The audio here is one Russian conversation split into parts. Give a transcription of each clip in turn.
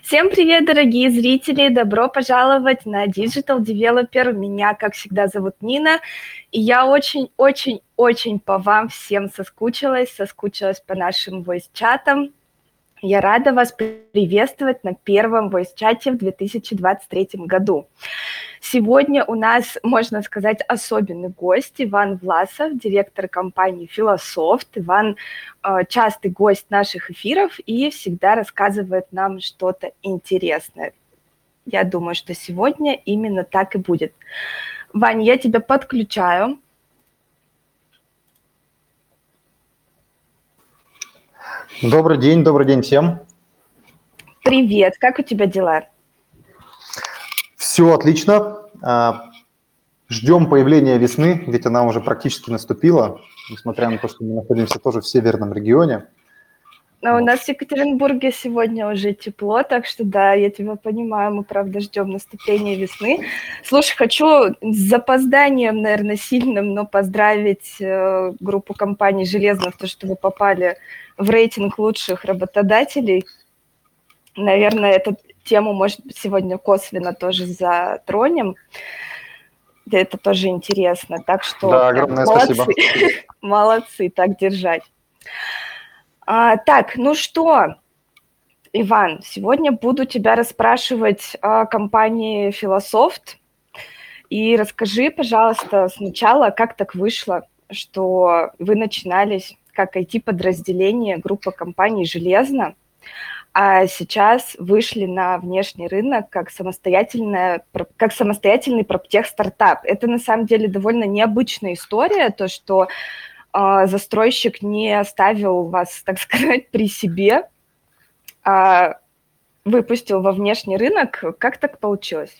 Всем привет, дорогие зрители! Добро пожаловать на Digital Developer. Меня, как всегда, зовут Нина, и я очень по вам всем соскучилась по нашим voice-чатам. Я рада вас приветствовать на первом voice-чате в 2023 году. Сегодня у нас, можно сказать, особенный гость Иван Власов, директор компании Philosoft. Иван частый гость наших эфиров и всегда рассказывает нам что-то интересное. Я думаю, что сегодня именно так и будет. Вань, я тебя подключаю. Добрый день всем. Привет, как у тебя дела? Все отлично. Ждем появления весны, ведь она уже практически наступила, несмотря на то, что мы находимся тоже в северном регионе. А у нас в Екатеринбурге сегодня уже тепло, так что да, я тебя понимаю, мы, правда, ждем наступления весны. Слушай, хочу с запозданием, наверное, сильным, но поздравить группу компаний «Железно» в то, что вы попали в рейтинг лучших работодателей. Наверное, эту тему, может быть, сегодня косвенно тоже затронем. Это тоже интересно. Так что да, огромное молодцы. спасибо. Молодцы, так держать. Так, ну что, Иван, сегодня буду тебя расспрашивать о компании Philosoft. И расскажи, пожалуйста, сначала, как так вышло, что вы начинались как IT-подразделение группы компаний «Железно», а сейчас вышли на внешний рынок как самостоятельный проптех-стартап. Это на самом деле довольно необычная история, то, что застройщик не оставил вас, так сказать, при себе, а выпустил во внешний рынок. Как так получилось?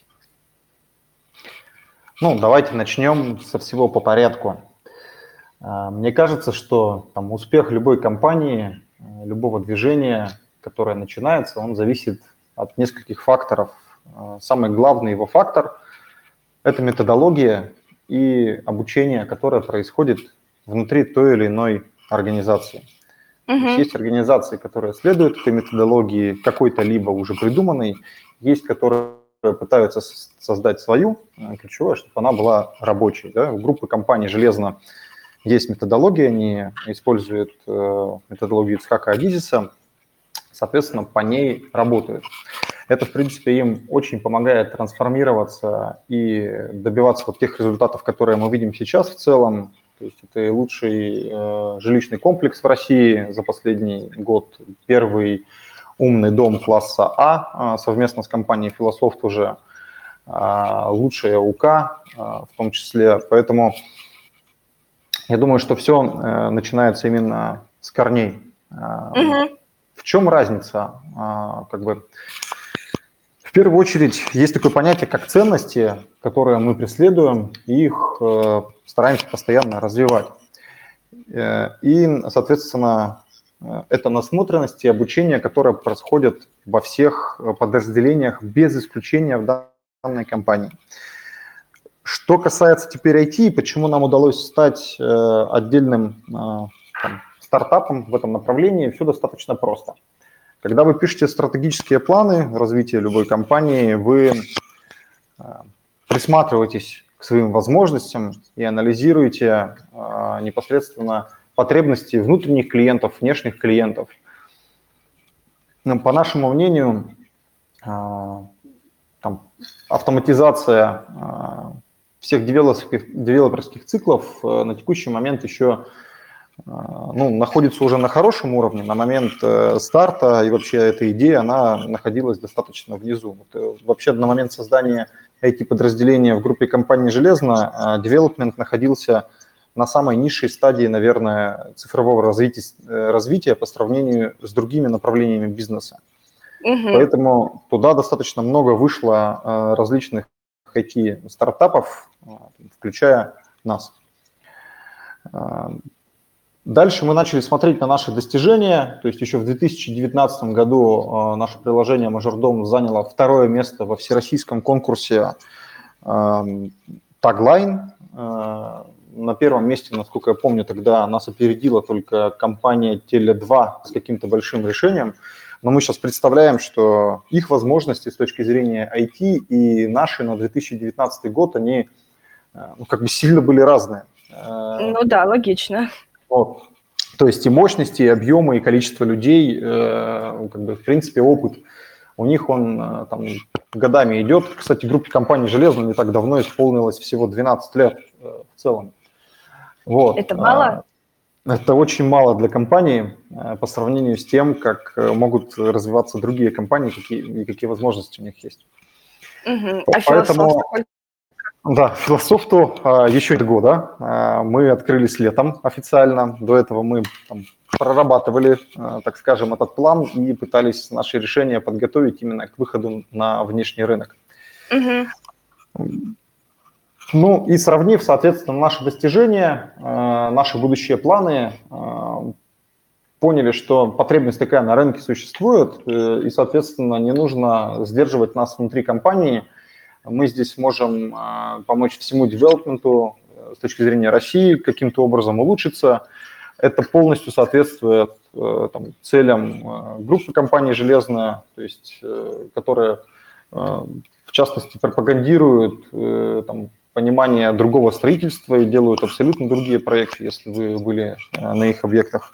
Ну, давайте начнем со всего по порядку. Мне кажется, что успех любой компании, любого движения, которое начинается, он зависит от нескольких факторов. Самый главный его фактор – это методология и обучение, которое происходит внутри той или иной организации. Есть организации, которые следуют этой методологии, какой-то либо уже придуманной, есть, которые пытаются создать свою, ключевое, чтобы она была рабочей. Да? У группы компаний «Железно» есть методология, они используют методологию Ицхака Адизиса, соответственно, по ней работают. Это, в принципе, им очень помогает трансформироваться и добиваться вот тех результатов, которые мы видим сейчас в целом. То есть это лучший жилищный комплекс в России за последний год, первый умный дом класса А совместно с компанией Philosoft уже, лучшая УК в том числе. Поэтому я думаю, что все начинается именно с корней. В чем разница? В первую очередь есть такое понятие, как ценности, которые мы преследуем, и их стараемся постоянно развивать. И, соответственно, это насмотренность и обучение, которое происходит во всех подразделениях без исключения в данной компании. Что касается теперь IT, почему нам удалось стать отдельным стартапом в этом направлении, все достаточно просто. Когда вы пишете стратегические планы развития любой компании, вы присматриваетесь к своим возможностям и анализируете непосредственно потребности внутренних клиентов, внешних клиентов. Но, по нашему мнению, автоматизация всех девелоперских циклов на текущий момент еще находится уже на хорошем уровне. На момент старта и вообще эта идея, она находилась достаточно внизу. Вообще на момент создания IT-подразделения в группе компании «Железно» девелопмент находился на самой низшей стадии, наверное, цифрового развития по сравнению с другими направлениями бизнеса. Поэтому туда достаточно много вышло различных IT-стартапов, включая нас. Дальше мы начали смотреть на наши достижения, то есть еще в 2019 году наше приложение «Мажордом» заняло 2-е место во всероссийском конкурсе Tagline. На 1-м месте, насколько я помню, тогда нас опередила только компания Теле2 с каким-то большим решением. но мы сейчас представляем, что их возможности с точки зрения IT и наши на 2019 год, они как бы сильно были разные. Ну да, логично. Вот. То есть и мощности, и объемы, и количество людей, как бы, в принципе, опыт у них он там годами идет. Кстати, группе компаний «Железно» не так давно исполнилось всего 12 лет в целом. Вот. Это мало? Это очень мало для компании по сравнению с тем, как могут развиваться другие компании, какие возможности у них есть. Угу. А Поэтому, да, философту еще 2 года. Мы открылись летом официально. До этого мы там прорабатывали, так скажем, этот план и пытались наши решения подготовить именно к выходу на внешний рынок. Угу. Ну и сравнив, соответственно, наши достижения, наши будущие планы, поняли, что потребность такая на рынке существует, и, соответственно, не нужно сдерживать нас внутри компании. Мы здесь можем помочь всему девелопменту с точки зрения России, каким-то образом улучшиться. Это полностью соответствует там, целям группы компании «Железная», то есть, которая, в частности, пропагандирует там, понимание другого строительства и делают абсолютно другие проекты, если вы были на их объектах,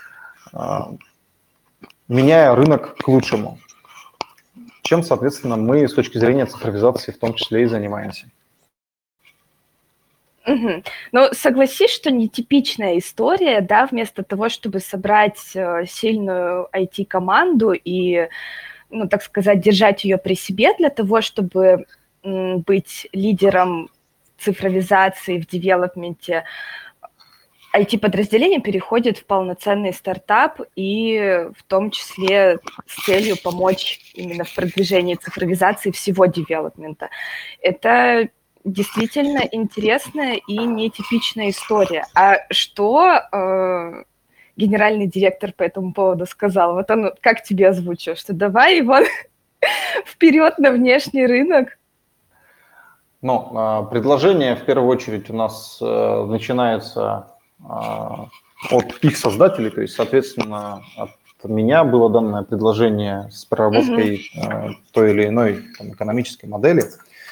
меняя рынок к лучшему, чем, соответственно, мы с точки зрения цифровизации в том числе и занимаемся. Угу. Ну, согласись, что нетипичная история, да, вместо того, чтобы собрать сильную IT-команду и, ну, так сказать, держать ее при себе для того, чтобы быть лидером цифровизации в девелопменте, IT-подразделение переходит в полноценный стартап и в том числе с целью помочь именно в продвижении цифровизации всего девелопмента. Это действительно интересная и нетипичная история. А что генеральный директор по этому поводу сказал? Вот он как тебе озвучил, что давай его вперед на внешний рынок? Ну, предложение в первую очередь у нас начинается от их создателей, то есть, соответственно, от меня было данное предложение с проработкой той или иной там, экономической модели.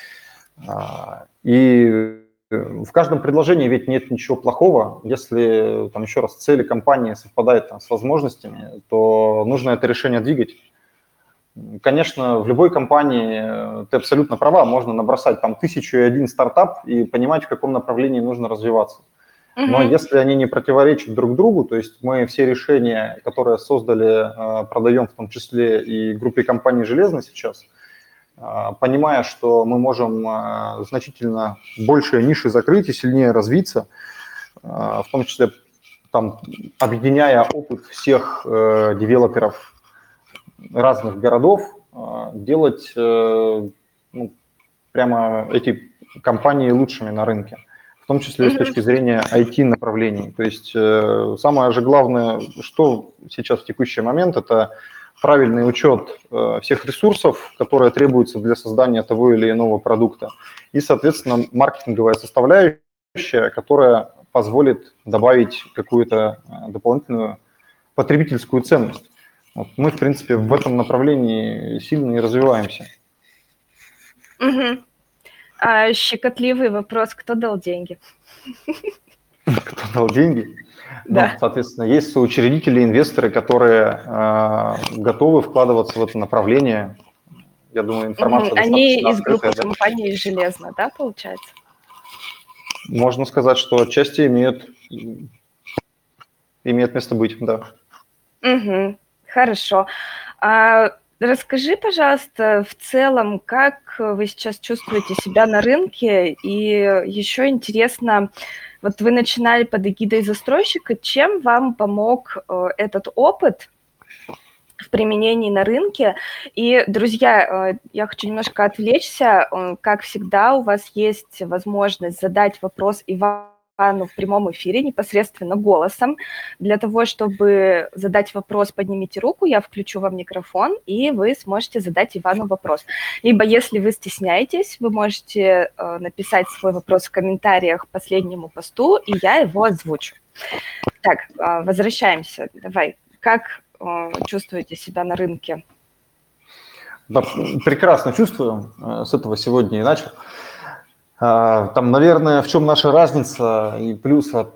И в каждом предложении ведь нет ничего плохого. Если, там, еще раз, цели компании совпадают там, с возможностями, то нужно это решение двигать. Конечно, в любой компании ты абсолютно права, можно набросать там 1001 стартап и понимать, в каком направлении нужно развиваться. Но если они не противоречат друг другу, то есть мы все решения, которые создали, продаем в том числе и группе компаний «Железно» сейчас, понимая, что мы можем значительно больше ниши закрыть и сильнее развиться, в том числе там, объединяя опыт всех девелоперов разных городов, делать ну, прямо эти компании лучшими на рынке, в том числе с точки зрения IT-направлений. То есть самое же главное, что сейчас в текущий момент, это правильный учет всех ресурсов, которые требуются для создания того или иного продукта, и, соответственно, маркетинговая составляющая, которая позволит добавить какую-то дополнительную потребительскую ценность. Вот мы, в принципе, в этом направлении сильно и развиваемся. А щекотливый вопрос, кто дал деньги? Кто дал деньги? Да. Ну, соответственно, есть соучредители, инвесторы, которые готовы вкладываться в это направление. Я думаю, информация достаточно Они из открытая, группы компании «Железно», да, получается? Можно сказать, что отчасти имеет место быть, да. Хорошо. Расскажи, пожалуйста, в целом, как вы сейчас чувствуете себя на рынке? И еще интересно, вот вы начинали под эгидой застройщика, чем вам помог этот опыт в применении на рынке? И, друзья, я хочу немножко отвлечься. Как всегда, у вас есть возможность задать вопрос Ивану в прямом эфире, непосредственно голосом. Для того, чтобы задать вопрос, поднимите руку, я включу вам микрофон, и вы сможете задать Ивану вопрос. Либо, если вы стесняетесь, вы можете написать свой вопрос в комментариях к последнему посту, и я его озвучу. Так, возвращаемся. Давай. Как чувствуете себя на рынке? Да, прекрасно чувствую, с этого сегодня и начал. Там, наверное, в чем наша разница и плюс от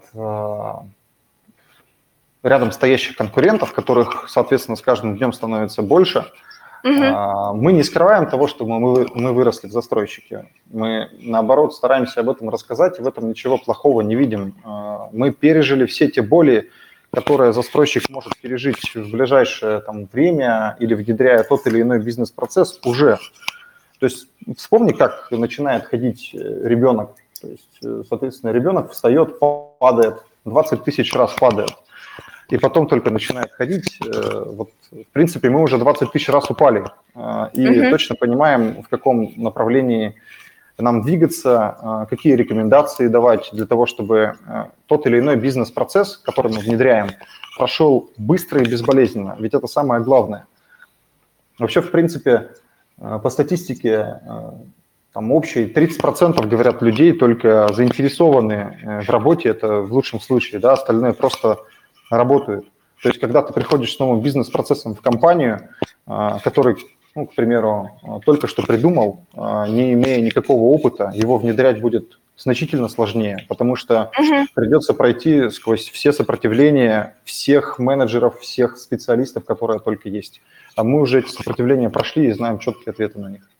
рядом стоящих конкурентов, которых, соответственно, с каждым днем становится больше. Мы не скрываем того, что мы выросли в застройщике. Мы, наоборот, стараемся об этом рассказать, и в этом ничего плохого не видим. Мы пережили все те боли, которые застройщик может пережить в ближайшее время или внедряя тот или иной бизнес-процесс уже. То есть вспомни, как начинает ходить ребенок. То есть, соответственно, ребенок встает, падает, 20 тысяч раз падает. И потом только начинает ходить. Вот, в принципе, мы уже 20 тысяч раз упали. И точно понимаем, в каком направлении нам двигаться, какие рекомендации давать для того, чтобы тот или иной бизнес-процесс, который мы внедряем, прошел быстро и безболезненно. Ведь это самое главное. Вообще, в принципе, по статистике там общей 30% говорят людей только заинтересованы в работе, это в лучшем случае, да, остальное просто работают. То есть, когда ты приходишь с новым бизнес-процессом в компанию, который, ну, к примеру, только что придумал, не имея никакого опыта, его внедрять будет значительно сложнее, потому что придется пройти сквозь все сопротивления всех менеджеров, всех специалистов, которые только есть. А мы уже эти сопротивления прошли и знаем четкие ответы на них.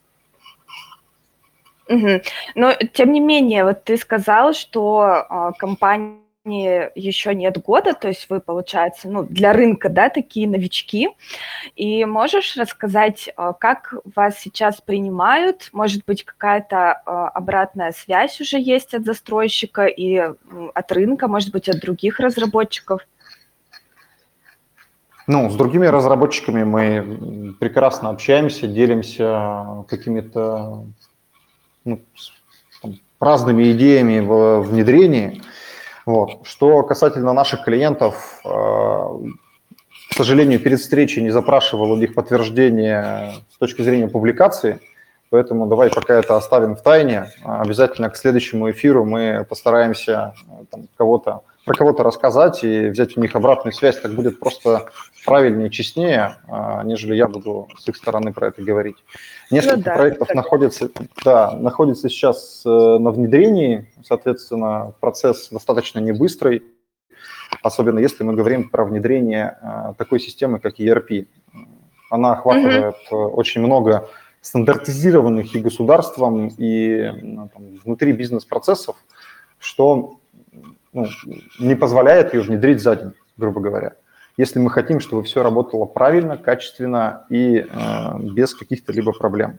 Но, тем не менее, вот ты сказал, что компания еще нет года, то есть вы, получается, ну, для рынка, да, такие новички. И можешь рассказать, как вас сейчас принимают? Может быть, какая-то обратная связь уже есть от застройщика и от рынка, может быть, от других разработчиков? Ну, с другими разработчиками мы прекрасно общаемся, делимся какими-то разными идеями в внедрении. Вот. Что касательно наших клиентов, к сожалению, перед встречей не запрашивал у них подтверждение с точки зрения публикации, поэтому давай пока это оставим в тайне. Обязательно к следующему эфиру мы постараемся про кого-то рассказать и взять у них обратную связь. Так будет просто правильнее, честнее, нежели я буду с их стороны про это говорить. Несколько проектов находятся сейчас на внедрении, соответственно, процесс достаточно небыстрый, особенно если мы говорим про внедрение такой системы, как ERP. Она охватывает очень много стандартизированных и государством, и внутри бизнес-процессов, что не позволяет ее внедрить за день, грубо говоря. Если мы хотим, чтобы все работало правильно, качественно и без каких-то либо проблем.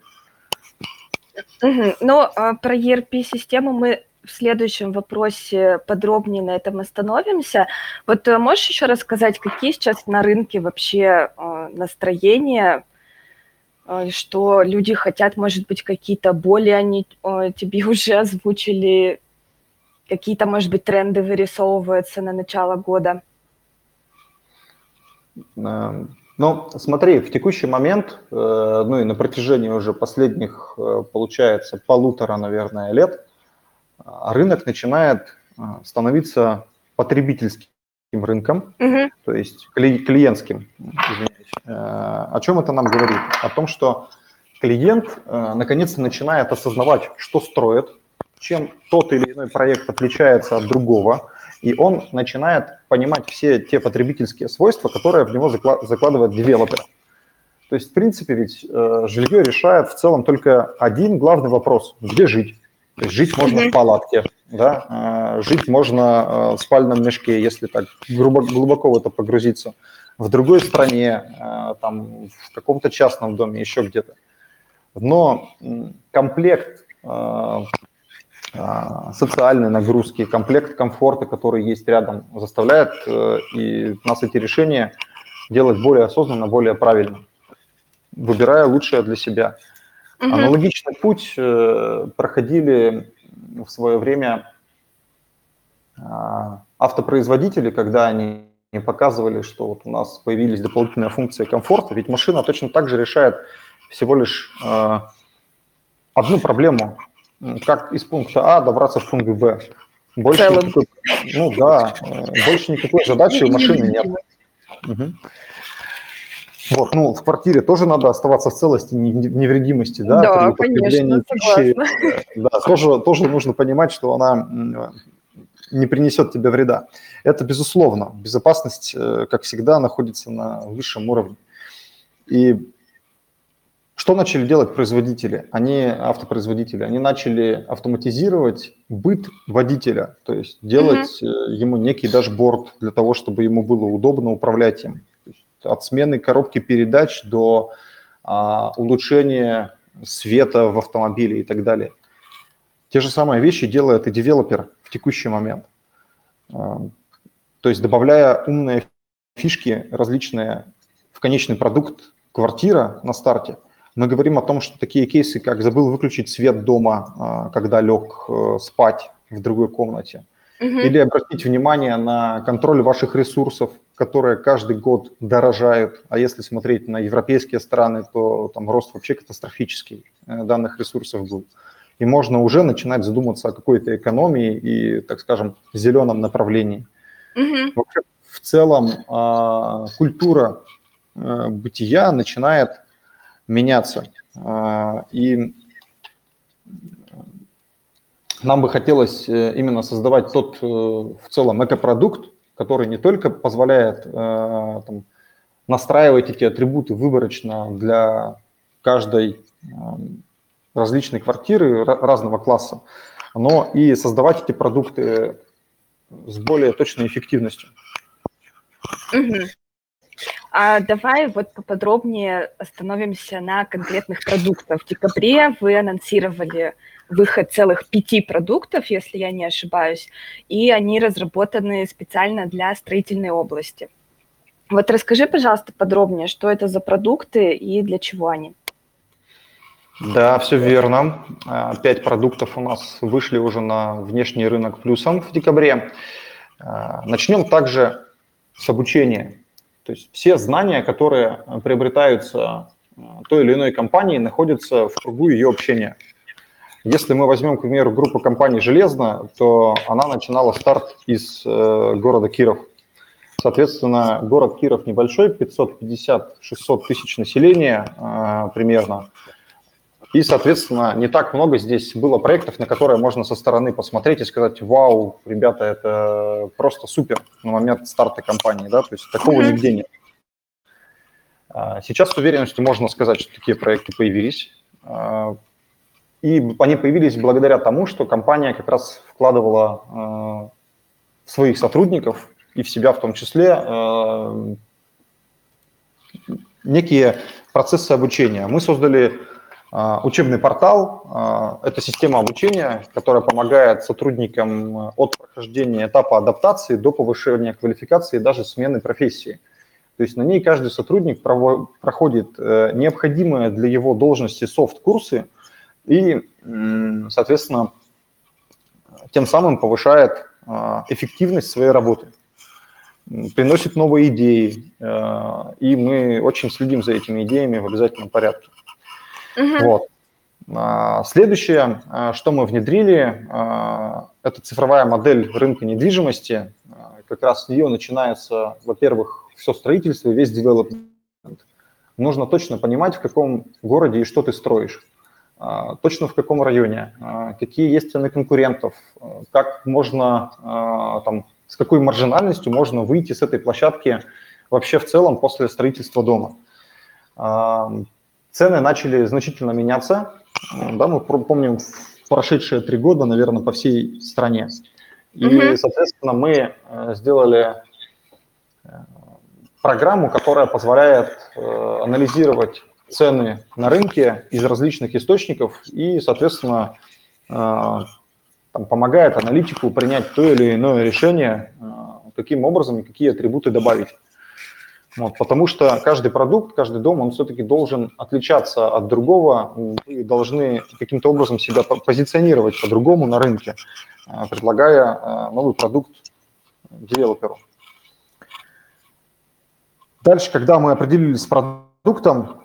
Но про ERP-систему мы в следующем вопросе подробнее на этом остановимся. Вот можешь еще рассказать, какие сейчас на рынке вообще настроения, что люди хотят, может быть, какие-то боли они тебе уже озвучили, какие-то, может быть, тренды вырисовываются на начало года? Ну, смотри, в текущий момент, ну и на протяжении уже последних, получается, 1,5, наверное, лет, рынок начинает становиться потребительским рынком, то есть клиентским, извиняюсь. О чем это нам говорит? О том, что клиент наконец-то начинает осознавать, что строит, чем тот или иной проект отличается от другого, и он начинает понимать все те потребительские свойства, которые в него закладывает девелопер. То есть, в принципе, ведь жилье решает в целом только один главный вопрос – где жить? То есть жить можно в палатке, да? Жить можно в спальном мешке, если так глубоко в это погрузиться, в другой стране, там, в каком-то частном доме, еще где-то. Но комплект социальной нагрузки, комплект комфорта, который есть рядом, заставляет и нас эти решения делать более осознанно, более правильно, выбирая лучшее для себя. Аналогичный путь проходили в свое время автопроизводители, когда они показывали, что вот у нас появились дополнительные функции комфорта, ведь машина точно так же решает всего лишь одну проблему, как из пункта А добраться в пункт Б. Больше никакой задачи у машины нет. Мгм. Вот, ну, в квартире тоже надо оставаться в целости, невредимости, да, при Да, употреблении конечно, пищи. согласна. Да, тоже нужно понимать, что она не принесет тебе вреда. Это безусловно. Безопасность, как всегда, находится на высшем уровне. И что начали делать производители? Автопроизводители, они начали автоматизировать быт водителя, то есть Мгм. делать ему некий дашборд для того, чтобы ему было удобно управлять им. То есть от смены коробки передач до улучшения света в автомобиле и так далее. Те же самые вещи делает и девелопер в текущий момент. То есть добавляя умные фишки различные в конечный продукт квартира на старте, мы говорим о том, что такие кейсы, как забыл выключить свет дома, когда лег спать в другой комнате, Мгм. или обратить внимание на контроль ваших ресурсов, которые каждый год дорожают. А если смотреть на европейские страны, то там рост вообще катастрофический данных ресурсов был. И можно уже начинать задуматься о какой-то экономии и, так скажем, зеленом направлении. Мгм. Вообще, в целом культура бытия начинает меняться. И нам бы хотелось именно создавать тот в целом экопродукт, который не только позволяет там, настраивать эти атрибуты выборочно для каждой различной квартиры разного класса, но и создавать эти продукты с более точной эффективностью. Мгм. А давай вот поподробнее остановимся на конкретных продуктах. В декабре вы анонсировали выход целых 5 продуктов, если я не ошибаюсь, и они разработаны специально для строительной области. Вот расскажи, пожалуйста, подробнее, что это за продукты и для чего они. Да, все верно. 5 продуктов у нас вышли уже на внешний рынок плюсом в декабре. Начнем также с обучения. То есть все знания, которые приобретаются той или иной компанией, находятся в кругу ее общения. Если мы возьмем, к примеру, группу компаний «Железно», то она начинала старт из города Киров. Соответственно, город Киров небольшой, 550-600 тысяч населения примерно. И, соответственно, не так много здесь было проектов, на которые можно со стороны посмотреть и сказать: вау, ребята, это просто супер на момент старта компании, да, то есть такого нигде нет. Сейчас с уверенностью можно сказать, что такие проекты появились. И они появились благодаря тому, что компания как раз вкладывала в своих сотрудников и в себя в том числе некие процессы обучения. Мы создали учебный портал. Это система обучения, которая помогает сотрудникам от прохождения этапа адаптации до повышения квалификации и даже смены профессии. То есть на ней каждый сотрудник проходит необходимые для его должности софт-курсы и, соответственно, тем самым повышает эффективность своей работы, приносит новые идеи, и мы очень следим за этими идеями в обязательном порядке. Вот. Следующее, что мы внедрили, это цифровая модель рынка недвижимости. Как раз с нее начинается, во-первых, все строительство и весь девелопмент. Нужно точно понимать, в каком городе и что ты строишь, точно в каком районе, какие есть цены конкурентов, как можно, там, с какой маржинальностью можно выйти с этой площадки вообще в целом после строительства дома. Цены начали значительно меняться, да, мы помним прошедшие 3 года, наверное, по всей стране. И, соответственно, мы сделали программу, которая позволяет анализировать цены на рынке из различных источников и, соответственно, там, помогает аналитику принять то или иное решение, каким образом и какие атрибуты добавить. Вот, потому что каждый продукт, каждый дом, он все-таки должен отличаться от другого, и должны каким-то образом себя позиционировать по-другому на рынке, предлагая новый продукт девелоперу. Дальше, когда мы определились с продуктом,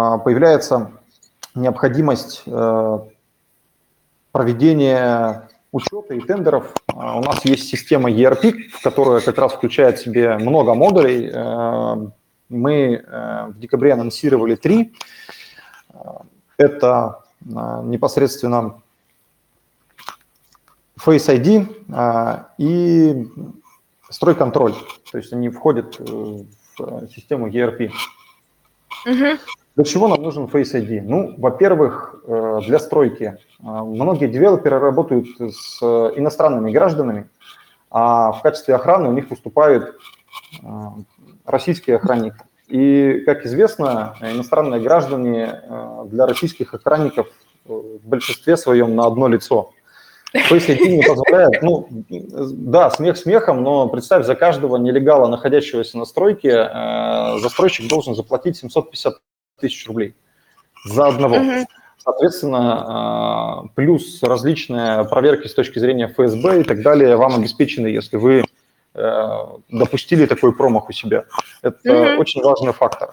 появляется необходимость проведения учета и тендеров у нас есть система ERP, которая как раз включает в себе много модулей. Мы в декабре анонсировали 3. Это непосредственно Face ID и стройконтроль. То есть они входят в систему ERP. Для чего нам нужен Face ID? Ну, во-первых, для стройки. Многие девелоперы работают с иностранными гражданами, а в качестве охраны у них выступают российские охранники. И, как известно, иностранные граждане для российских охранников в большинстве своем на одно лицо. Face ID не позволяет, ну, да, смех смехом, но представь, за каждого нелегала, находящегося на стройке, застройщик должен заплатить 750 тысяч рублей за одного. Соответственно, плюс различные проверки с точки зрения ФСБ и так далее вам обеспечены, если вы допустили такой промах у себя. Это очень важный фактор.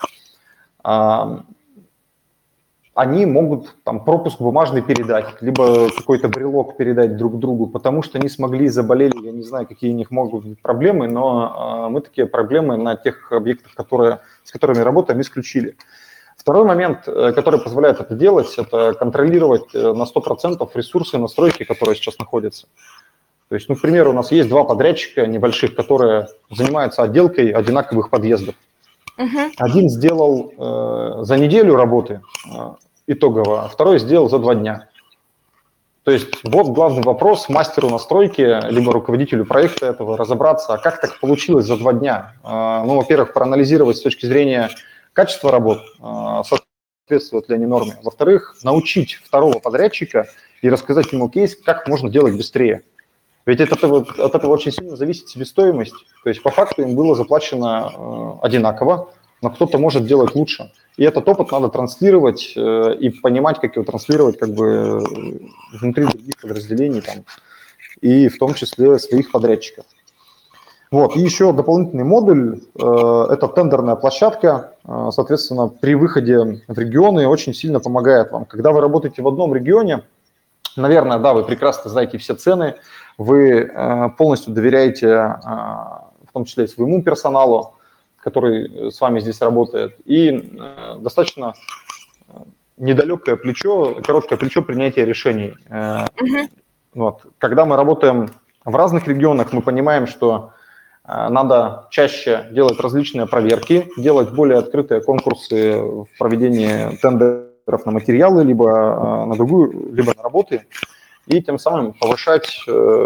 Они могут там пропуск бумажный передать, либо какой-то брелок передать друг другу, потому что не смогли, заболели, я не знаю, какие у них могут быть проблемы, но мы такие проблемы на тех объектах, с которыми работаем, исключили. Второй момент, который позволяет это делать, это контролировать на 100% ресурсы настройки, которые сейчас находятся. То есть, ну, к примеру, у нас есть 2 подрядчика небольших, которые занимаются отделкой одинаковых подъездов. Один сделал за неделю работы итогово, а второй сделал за 2 дня. То есть вот главный вопрос мастеру настройки, либо руководителю проекта этого, разобраться, а как так получилось за 2 дня. Ну, во-первых, проанализировать с точки зрения качества работ, соответствуют ли они норме. Во-вторых, научить второго подрядчика и рассказать ему кейс, как можно делать быстрее. Ведь от этого очень сильно зависит себестоимость. То есть по факту им было заплачено одинаково, но кто-то может делать лучше. И этот опыт надо транслировать и понимать, как его транслировать как бы внутри других подразделений, там, и в том числе своих подрядчиков. Вот. И еще дополнительный модуль – это тендерная площадка. Соответственно, при выходе в регионы очень сильно помогает вам. Когда вы работаете в одном регионе, наверное, да, вы прекрасно знаете все цены, вы полностью доверяете, в том числе и своему персоналу, который с вами здесь работает, и достаточно недалекое плечо, короткое плечо принятия решений. Вот. Когда мы работаем в разных регионах, мы понимаем, что надо чаще делать различные проверки, делать более открытые конкурсы в проведении тендеров на материалы, либо на другую, либо на работы, и тем самым повышать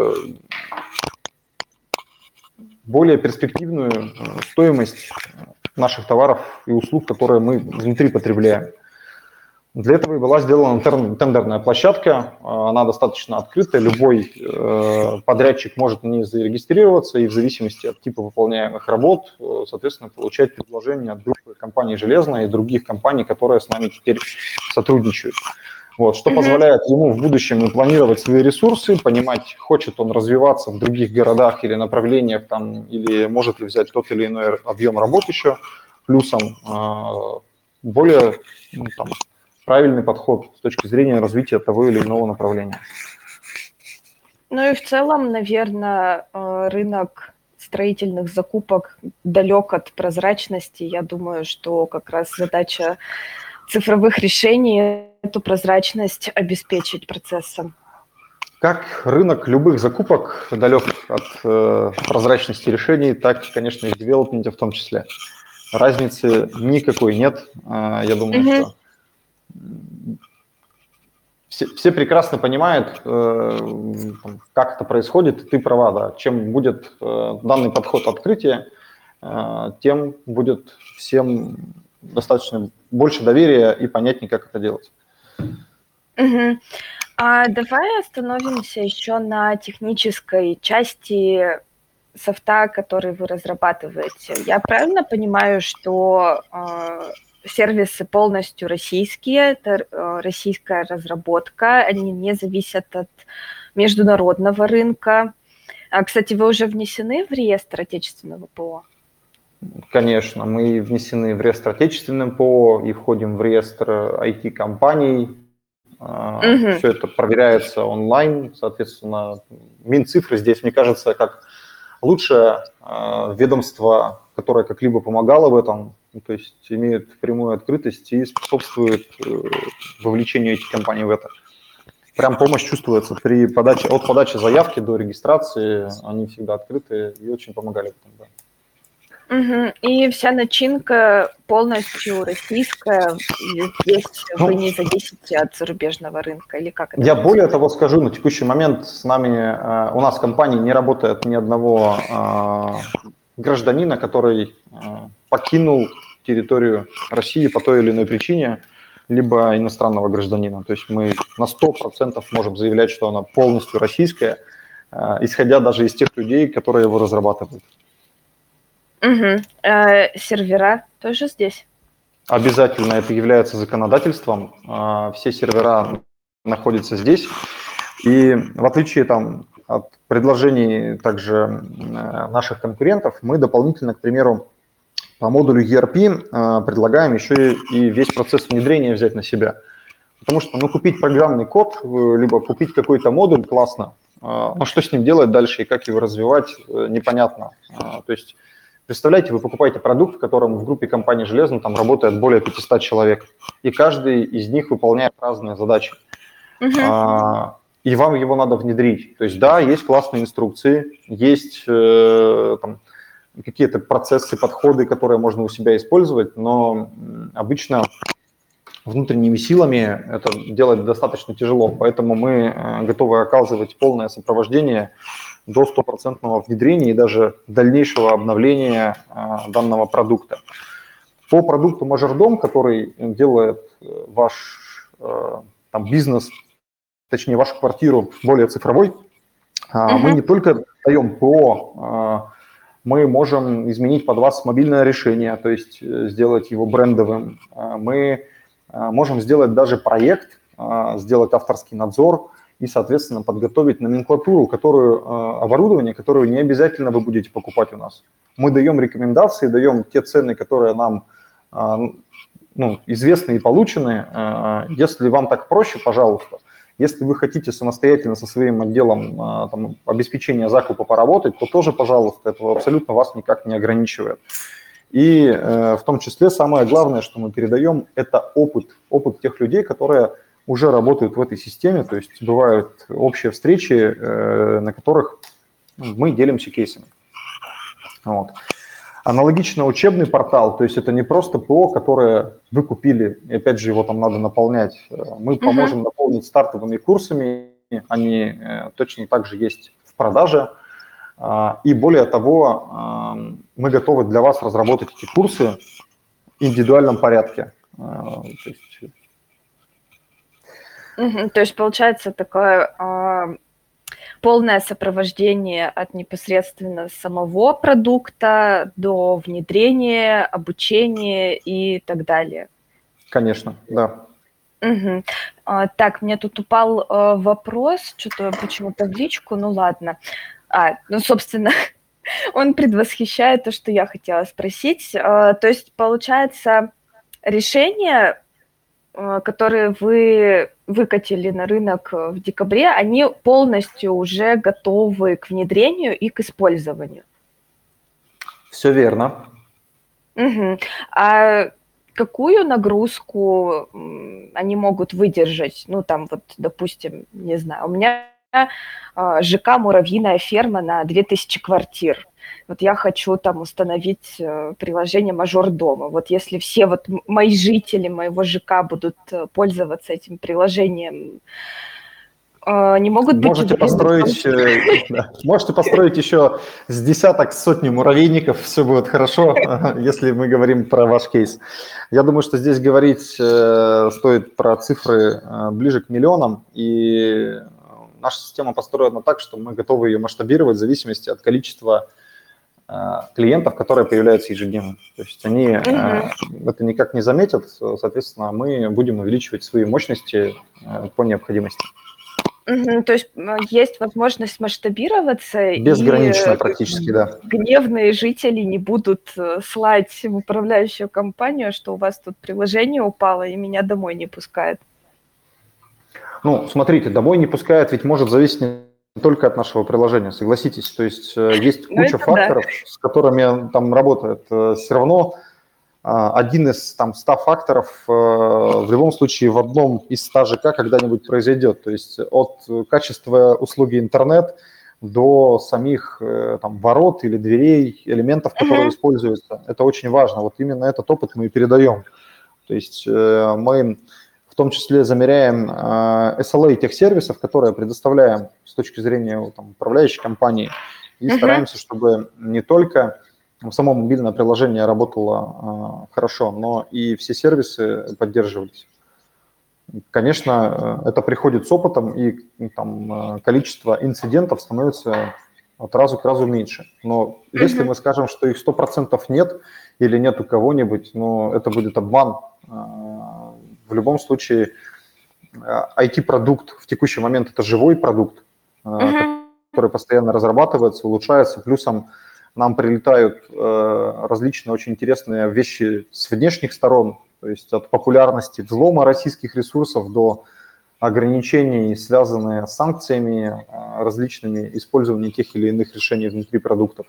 более перспективную стоимость наших товаров и услуг, которые мы внутри потребляем. Для этого и была сделана тендерная площадка, она достаточно открытая, любой подрядчик может на ней зарегистрироваться и в зависимости от типа выполняемых работ, соответственно, получать предложения от группы компании «Железная» и других компаний, которые с нами теперь сотрудничают. Вот, что позволяет ему в будущем планировать свои ресурсы, понимать, хочет он развиваться в других городах или направлениях, там, или может ли взять тот или иной объем работ еще, плюсом более правильный подход с точки зрения развития того или иного направления. Ну и в целом, наверное, рынок строительных закупок далек от прозрачности. Я думаю, что как раз задача цифровых решений – эту прозрачность обеспечить процессом. Как рынок любых закупок далек от прозрачности решений, так, конечно, и в девелопменте в том числе. Разницы никакой нет. Я думаю, что все прекрасно понимают, как это происходит, и ты права, да. Чем будет данный подход открытия, тем будет всем достаточно больше доверия и понятнее, как это делать. Давай остановимся еще на технической части софта, который вы разрабатываете. Я правильно понимаю, что сервисы полностью российские, это российская разработка, они не зависят от международного рынка. Кстати, вы уже внесены в реестр отечественного ПО? Конечно, мы внесены в реестр отечественным ПО и входим в реестр IT-компаний, Мгм. Все это проверяется онлайн, соответственно, Минцифры здесь, мне кажется, как лучшее ведомство, которое как-либо помогало в этом, ну, то есть имеет прямую открытость и способствует вовлечению этих компаний в это. Прям помощь чувствуется при подаче, от подачи заявки до регистрации, они всегда открыты и очень помогали в этом, да. Мгм. И вся начинка полностью российская, и здесь вы Ну, не зависите от зарубежного рынка, или как это я более происходит? того скажу, на текущий момент с нами, у нас в компании не работает ни одного гражданина, который покинул территорию России по той или иной причине, либо иностранного гражданина. То есть мы на 100% можем заявлять, что она полностью российская, исходя даже из тех людей, которые его разрабатывают. Мгм. Сервера тоже здесь? Обязательно это является законодательством. Все сервера находятся здесь. И в отличие там, от предложений также наших конкурентов, мы дополнительно, к примеру, по модулю ERP предлагаем еще и весь процесс внедрения взять на себя. Потому что ну, купить программный код, либо купить какой-то модуль классно, но что с ним делать дальше и как его развивать, непонятно. То есть представляете, вы покупаете продукт, в котором в группе компании «Железно» там работает более 500 человек, и каждый из них выполняет разные задачи. Мгм. И вам его надо внедрить. То есть да, есть классные инструкции, есть там, какие-то процессы, подходы, которые можно у себя использовать, но обычно внутренними силами это делать достаточно тяжело, поэтому мы готовы оказывать полное сопровождение до стопроцентного внедрения и даже дальнейшего обновления данного продукта. По продукту Мажордом, который делает ваш там, бизнес, точнее вашу квартиру более цифровой, мы не Мгм. только даем ПО, мы можем изменить под вас мобильное решение, то есть сделать его брендовым. Мы можем сделать даже проект, сделать авторский надзор и, соответственно, подготовить номенклатуру, оборудование, которое не обязательно вы будете покупать у нас. Мы даем рекомендации, даем те цены, которые нам известны и получены. Если вам так проще, пожалуйста. Если вы хотите самостоятельно со своим отделом там, обеспечения закупа поработать, то тоже, пожалуйста, это абсолютно вас никак не ограничивает. И в том числе самое главное, что мы передаем, это опыт тех людей, которые уже работают в этой системе. То есть бывают общие встречи, на которых мы делимся кейсами. Вот. Аналогично учебный портал, то есть это не просто ПО, которое вы купили, и опять же его там надо наполнять. Мы поможем наполнить стартовыми курсами, они точно так же есть в продаже. И более того, мы готовы для вас разработать эти курсы в индивидуальном порядке. То есть получается такое полное сопровождение от непосредственно самого продукта до внедрения, обучения и так далее. Конечно, да. Угу. Так, мне тут упал вопрос, что-то почему-то в личку, ну ладно. Собственно, он предвосхищает то, что я хотела спросить. То есть, получается, решения, которые вы выкатили на рынок в декабре, они полностью уже готовы к внедрению и к использованию. Все верно. Угу. А какую нагрузку они могут выдержать? Ну, там вот, допустим, не знаю, у меня ЖК «Муравьиная ферма» на 2000 квартир. Вот я хочу там установить приложение «Мажордома». Вот если все вот мои жители моего ЖК будут пользоваться этим приложением, не могут быть Можете построить еще с десяток, сотни муравейников, все будет хорошо, если мы говорим про ваш кейс. Я думаю, что здесь говорить стоит про цифры ближе к миллионам, и наша система построена так, что мы готовы ее масштабировать в зависимости от количества клиентов, которые появляются ежедневно. То есть они это никак не заметят, соответственно, мы будем увеличивать свои мощности по необходимости. То есть есть возможность масштабироваться, Безгранично и практически, да. гневные жители не будут слать в управляющую компанию, что у вас тут приложение упало и меня домой не пускает. Ну, смотрите, домой не пускает, ведь может зависеть не только от нашего приложения, согласитесь. То есть есть Ну, куча это да. факторов, с которыми там работает. Все равно один из там 100 факторов в любом случае в одном из 100 ЖК когда-нибудь произойдет. То есть от качества услуги интернет до самих там ворот или дверей, элементов, которые используются. Это очень важно. Вот именно этот опыт мы и передаем. То есть мы в том числе замеряем SLA тех сервисов, которые предоставляем с точки зрения там, управляющей компании, и стараемся, чтобы не только само мобильное приложение работало хорошо, но и все сервисы поддерживались. Конечно, это приходит с опытом, и там, количество инцидентов становится от разу к разу меньше. Но если мы скажем, что их 100% нет или нет у кого-нибудь, ну, это будет обман. В любом случае, IT-продукт в текущий момент – это живой продукт, который постоянно разрабатывается, улучшается. Плюсом нам прилетают различные очень интересные вещи с внешних сторон, то есть от популярности взлома российских ресурсов до ограничений, связанные с санкциями, различными использованием тех или иных решений внутри продуктов.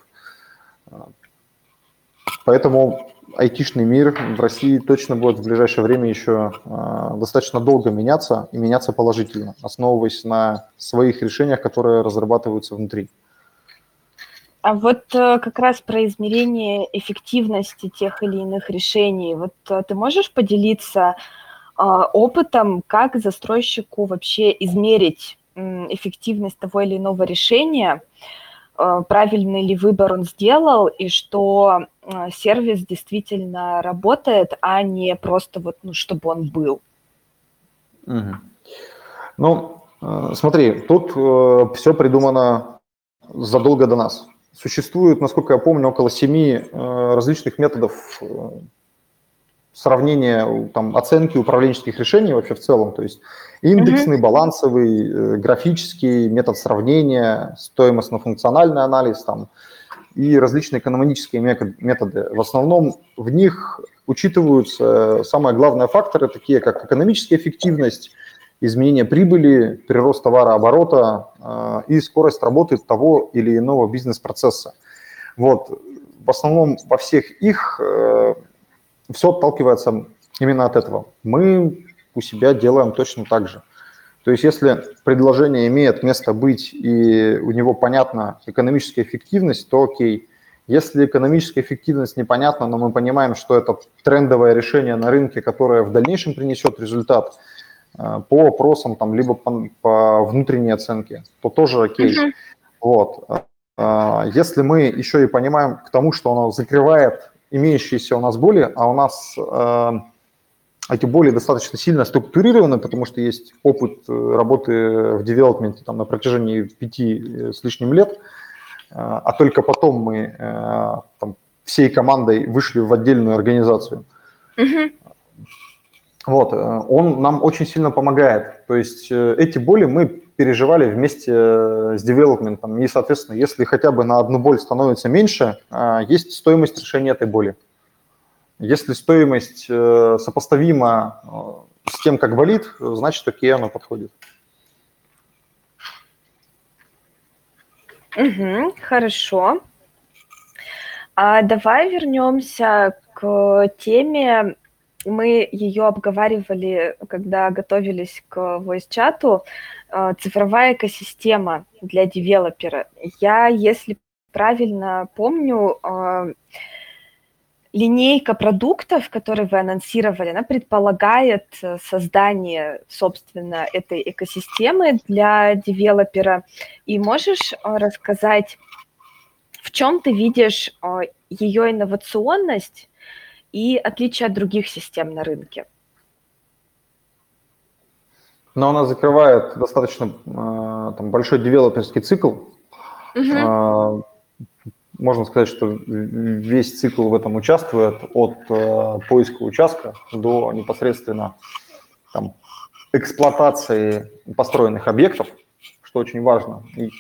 Поэтому айтишный мир в России точно будет в ближайшее время еще достаточно долго меняться, и меняться положительно, основываясь на своих решениях, которые разрабатываются внутри. А вот как раз про измерение эффективности тех или иных решений. Вот ты можешь поделиться опытом, как застройщику вообще измерить эффективность того или иного решения, правильный ли выбор он сделал, и что сервис действительно работает, а не просто вот, ну, чтобы он был? Ну, смотри, тут все придумано задолго до нас. Существует, насколько я помню, около 7 различных методов сравнения, там, оценки управленческих решений вообще в целом. То есть индексный, балансовый, графический, метод сравнения, стоимостно-функциональный анализ там, и различные экономические методы. В основном в них учитываются самые главные факторы, такие как экономическая эффективность, изменение прибыли, прирост товарооборота и скорость работы того или иного бизнес-процесса. Вот. В основном во всех их все отталкивается именно от этого. Мы у себя делаем точно так же. То есть если предложение имеет место быть и у него понятна экономическая эффективность, то окей. Если экономическая эффективность непонятна, но мы понимаем, что это трендовое решение на рынке, которое в дальнейшем принесет результат, по опросам, там, либо по внутренней оценке, то тоже окей. Вот. Если мы еще и понимаем к тому, что оно закрывает имеющиеся у нас боли, а у нас эти боли достаточно сильно структурированы, потому что есть опыт работы в девелопменте там, на протяжении 5 с лишним лет, а только потом мы там, всей командой вышли в отдельную организацию. Вот, он нам очень сильно помогает. То есть эти боли мы переживали вместе с девелопментом. И, соответственно, если хотя бы на одну боль становится меньше, есть стоимость решения этой боли. Если стоимость сопоставима с тем, как болит, значит, окей, она подходит. Хорошо. А давай вернемся к теме. Мы ее обговаривали, когда готовились к voice-чату. Цифровая экосистема для девелопера. Я, если правильно помню, линейка продуктов, которые вы анонсировали, она предполагает создание, собственно, этой экосистемы для девелопера. И можешь рассказать, в чем ты видишь ее инновационность и отличие от других систем на рынке? Но она закрывает достаточно там, большой девелоперский цикл. Можно сказать, что весь цикл в этом участвует от поиска участка до непосредственно там, эксплуатации построенных объектов, что очень важно. И,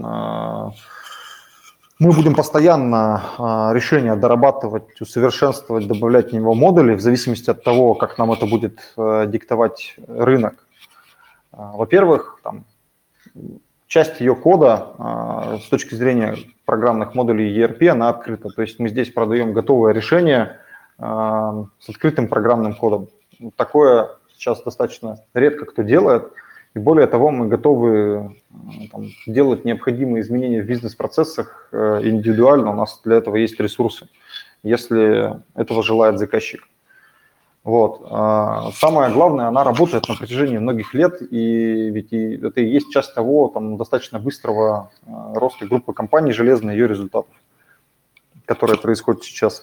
мы будем постоянно решения дорабатывать, усовершенствовать, добавлять в него модули в зависимости от того, как нам это будет диктовать рынок. Во-первых, там, часть ее кода с точки зрения программных модулей ERP, она открыта. То есть мы здесь продаем готовое решение с открытым программным кодом. Такое сейчас достаточно редко кто делает. И более того, мы готовы там, делать необходимые изменения в бизнес-процессах индивидуально. У нас для этого есть ресурсы, если этого желает заказчик. Вот. Самое главное, она работает на протяжении многих лет, и ведь это и есть часть того там, достаточно быстрого роста группы компаний «Железная» ее результатов, которые происходят сейчас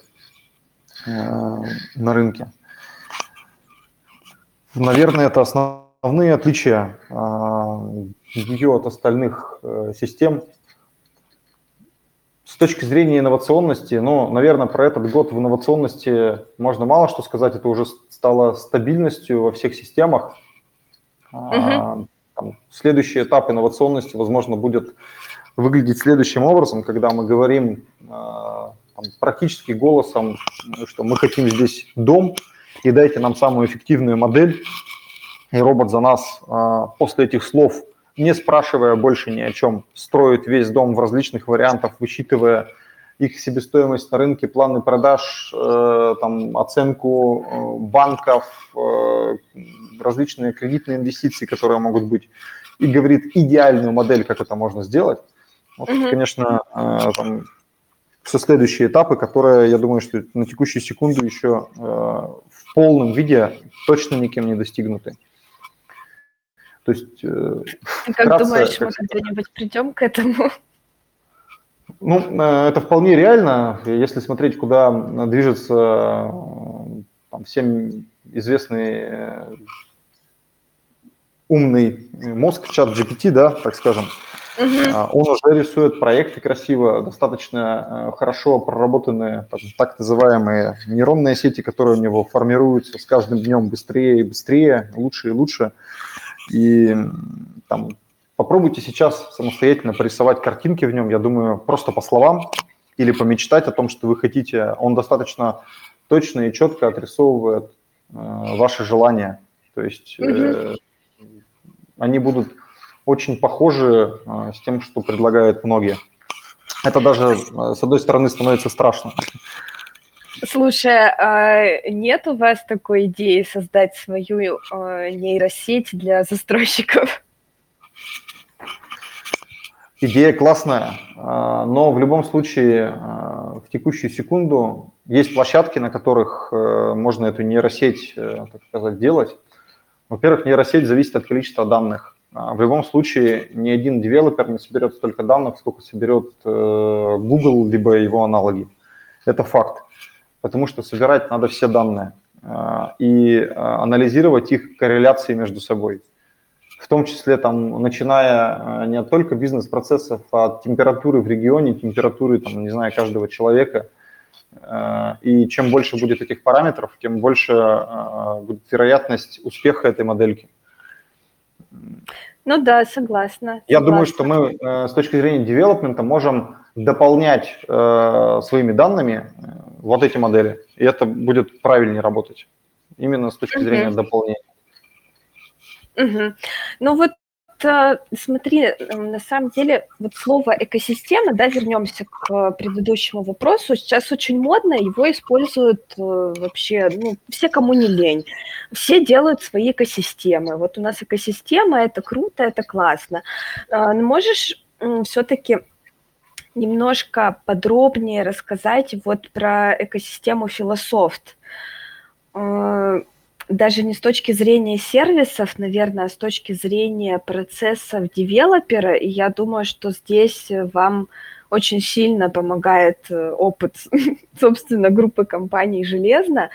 на рынке. Наверное, это основные отличия ее от остальных систем. С точки зрения инновационности, ну, наверное, про этот год в инновационности можно мало что сказать. Это уже стало стабильностью во всех системах. Следующий этап инновационности, возможно, будет выглядеть следующим образом, когда мы говорим практически голосом, что мы хотим здесь дом, и дайте нам самую эффективную модель, и робот за нас после этих слов, не спрашивая больше ни о чем, строит весь дом в различных вариантах, высчитывая их себестоимость на рынке, планы продаж, там, оценку банков, различные кредитные инвестиции, которые могут быть, и говорит идеальную модель, как это можно сделать. Вот, конечно, там, все следующие этапы, которые, я думаю, что на текущую секунду еще в полном виде точно никем не достигнуты. То есть, как думаешь, мы когда-нибудь придем к этому? Ну, это вполне реально, если смотреть, куда движется там, всем известный умный мозг, чат GPT, да, так скажем. Он уже рисует проекты красиво, достаточно хорошо проработанные так называемые нейронные сети, которые у него формируются с каждым днем быстрее и быстрее, лучше и лучше. И там, попробуйте сейчас самостоятельно порисовать картинки в нем, я думаю, просто по словам или помечтать о том, что вы хотите. Он достаточно точно и четко отрисовывает ваши желания. То есть они будут очень похожи с тем, что предлагают многие. Это даже, с одной стороны, становится страшно. Слушай, а нет у вас такой идеи создать свою нейросеть для застройщиков? Идея классная, но в любом случае в текущую секунду есть площадки, на которых можно эту нейросеть, так сказать, делать. Во-первых, нейросеть зависит от количества данных. В любом случае ни один девелопер не соберет столько данных, сколько соберет Google, либо его аналоги. Это факт. Потому что собирать надо все данные и анализировать их корреляции между собой. В том числе, там, начиная не от только бизнес-процессов, а от температуры в регионе, температуры, там, не знаю, каждого человека. И чем больше будет этих параметров, тем больше будет вероятность успеха этой модельки. Ну да, согласна. Я думаю, что мы с точки зрения девелопмента можем дополнять своими данными вот эти модели, и это будет правильнее работать, именно с точки зрения дополнения. Ну вот смотри, на самом деле, вот слово «экосистема», да, вернемся к предыдущему вопросу, сейчас очень модно, его используют вообще, ну, все, кому не лень. Все делают свои экосистемы. Вот у нас экосистема, это круто, это классно. Но можешь все-таки немножко подробнее рассказать вот про экосистему Философт? Даже не с точки зрения сервисов, наверное, а с точки зрения процессов девелопера. И я думаю, что здесь вам очень сильно помогает опыт, собственно, группы компаний «Железно».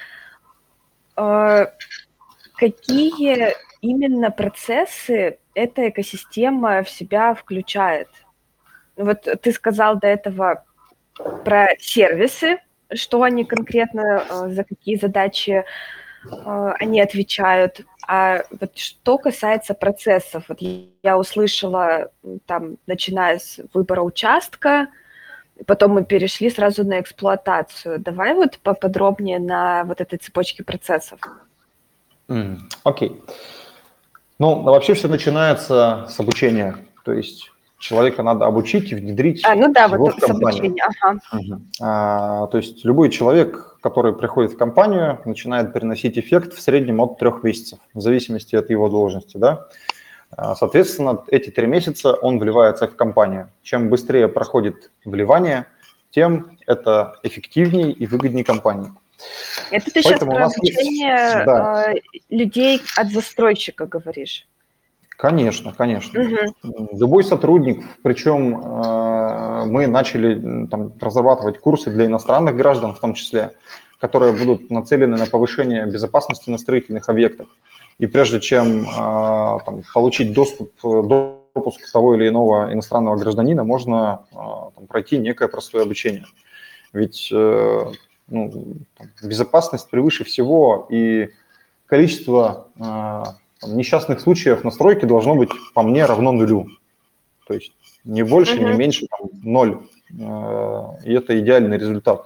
Какие именно процессы эта экосистема в себя включает? Вот ты сказал до этого про сервисы, что они конкретно, за какие задачи они отвечают. А вот что касается процессов, вот я услышала, там, начиная с выбора участка, потом мы перешли сразу на эксплуатацию. Давай вот поподробнее на вот этой цепочке процессов. Окей. Ну, вообще все начинается с обучения. То есть человека надо обучить и внедрить Ну да, его вот в с компанию. обучения, ага. То есть любой человек, который приходит в компанию, начинает приносить эффект в среднем от 3 месяцев, в зависимости от его должности, да. Соответственно, эти 3 месяца он вливается в компанию. Чем быстрее проходит вливание, тем это эффективнее и выгоднее компании. Это ты сейчас Поэтому у про нас есть, обучение да, людей от застройщика говоришь. конечно, конечно. Мгм. Любой сотрудник, причем мы начали там разрабатывать курсы для иностранных граждан в том числе, которые будут нацелены на повышение безопасности на строительных объектах. И прежде чем там, получить допуск того или иного иностранного гражданина, можно там, пройти некое простое обучение. Ведь безопасность превыше всего, и количество несчастных случаев на стройке должно быть, по мне, равно нулю. То есть не больше, не Мгм. меньше, 0. И это идеальный результат.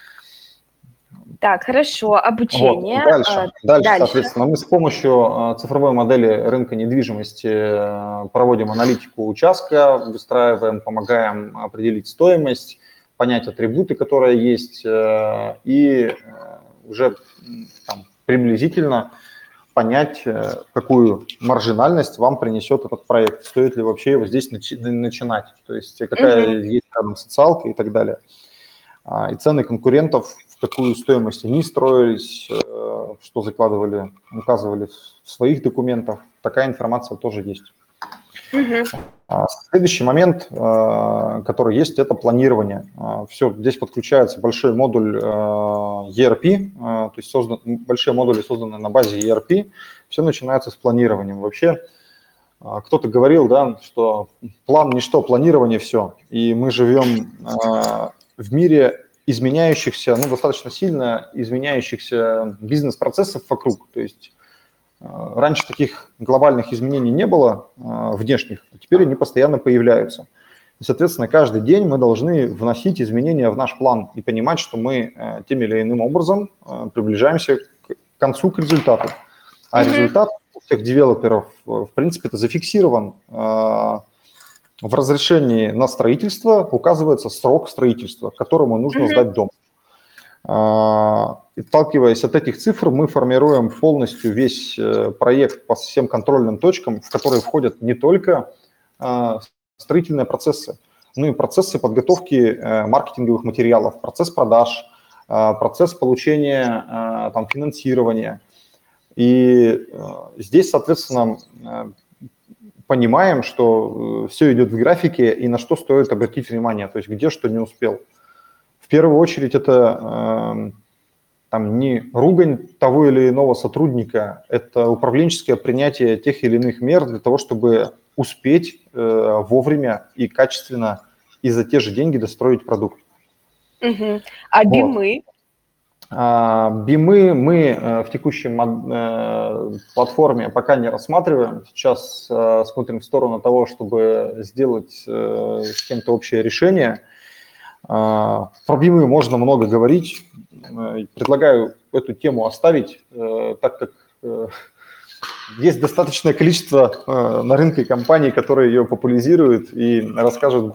Так, хорошо, Вот, обучение. дальше, Дальше. соответственно, мы с помощью цифровой модели рынка недвижимости проводим аналитику участка, выстраиваем, помогаем определить стоимость, понять атрибуты, которые есть, и уже там, приблизительно понять, какую маржинальность вам принесет этот проект, стоит ли вообще его здесь начинать, то есть какая Мгм. есть рядом социалка и так далее. И цены конкурентов, в какую стоимость они строились, что закладывали, указывали в своих документах. Такая информация тоже есть. Мгм. Следующий момент, который есть, это планирование. Все, здесь подключается большой модуль ERP, то есть большие модули созданы на базе ERP. Все начинается с планированием. Вообще, кто-то говорил, да, что план – ничто, планирование – все. И мы живем в мире изменяющихся, достаточно сильно изменяющихся бизнес-процессов вокруг. То есть раньше таких глобальных изменений не было внешних, а теперь они постоянно появляются. И, соответственно, каждый день мы должны вносить изменения в наш план и понимать, что мы тем или иным образом приближаемся к концу, к результату. А Мгм. результат у всех девелоперов, в принципе, это зафиксирован. В разрешении на строительство указывается срок строительства, к которому нужно Мгм. сдать дом. Отталкиваясь от этих цифр, мы формируем полностью весь проект по всем контрольным точкам, в которые входят не только строительные процессы, но и процессы подготовки маркетинговых материалов, процесс продаж, процесс получения там, финансирования. И здесь, соответственно, понимаем, что все идет в графике и на что стоит обратить внимание, то есть где что не успел. В первую очередь это там не ругань того или иного сотрудника, это управленческое принятие тех или иных мер для того, чтобы успеть вовремя и качественно и за те же деньги достроить продукт. Мгм. А Вот. бимы? Бимы мы в текущей платформе пока не рассматриваем. Сейчас смотрим в сторону того, чтобы сделать с кем-то общее решение. Про бимы можно много говорить. Предлагаю эту тему оставить, так как есть достаточное количество на рынке компаний, которые ее популяризируют и расскажут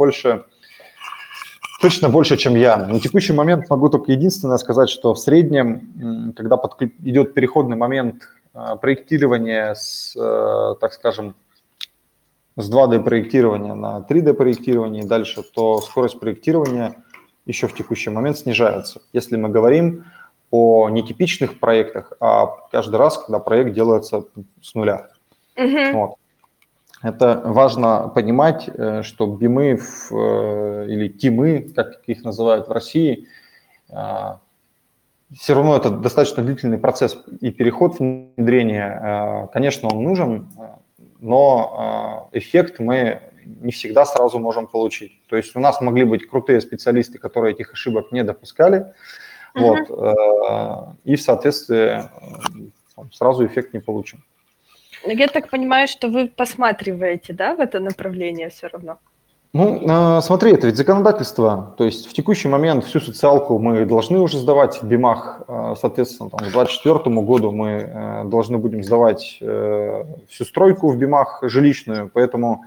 точно больше, чем я. На текущий момент могу только единственное сказать, что в среднем, когда идет переходный момент проектирования так скажем, с 2D-проектирования на 3D-проектирование и дальше, то скорость проектирования еще в текущий момент снижается. Если мы говорим о нетипичных проектах, а каждый раз, когда проект делается с нуля. Мгм. Вот. Это важно понимать, что бимы или тимы, как их называют в России, все равно это достаточно длительный процесс и переход внедрения, конечно, он нужен, но эффект мы не всегда сразу можем получить. То есть у нас могли быть крутые специалисты, которые этих ошибок не допускали, Мгм. и в соответствии сразу эффект не получим. Я так понимаю, что вы посматриваете, да, в это направление все равно? Смотри, это ведь законодательство, то есть в текущий момент всю социалку мы должны уже сдавать в БИМах, соответственно, там, к 2024 году мы должны будем сдавать всю стройку в БИМах жилищную, поэтому,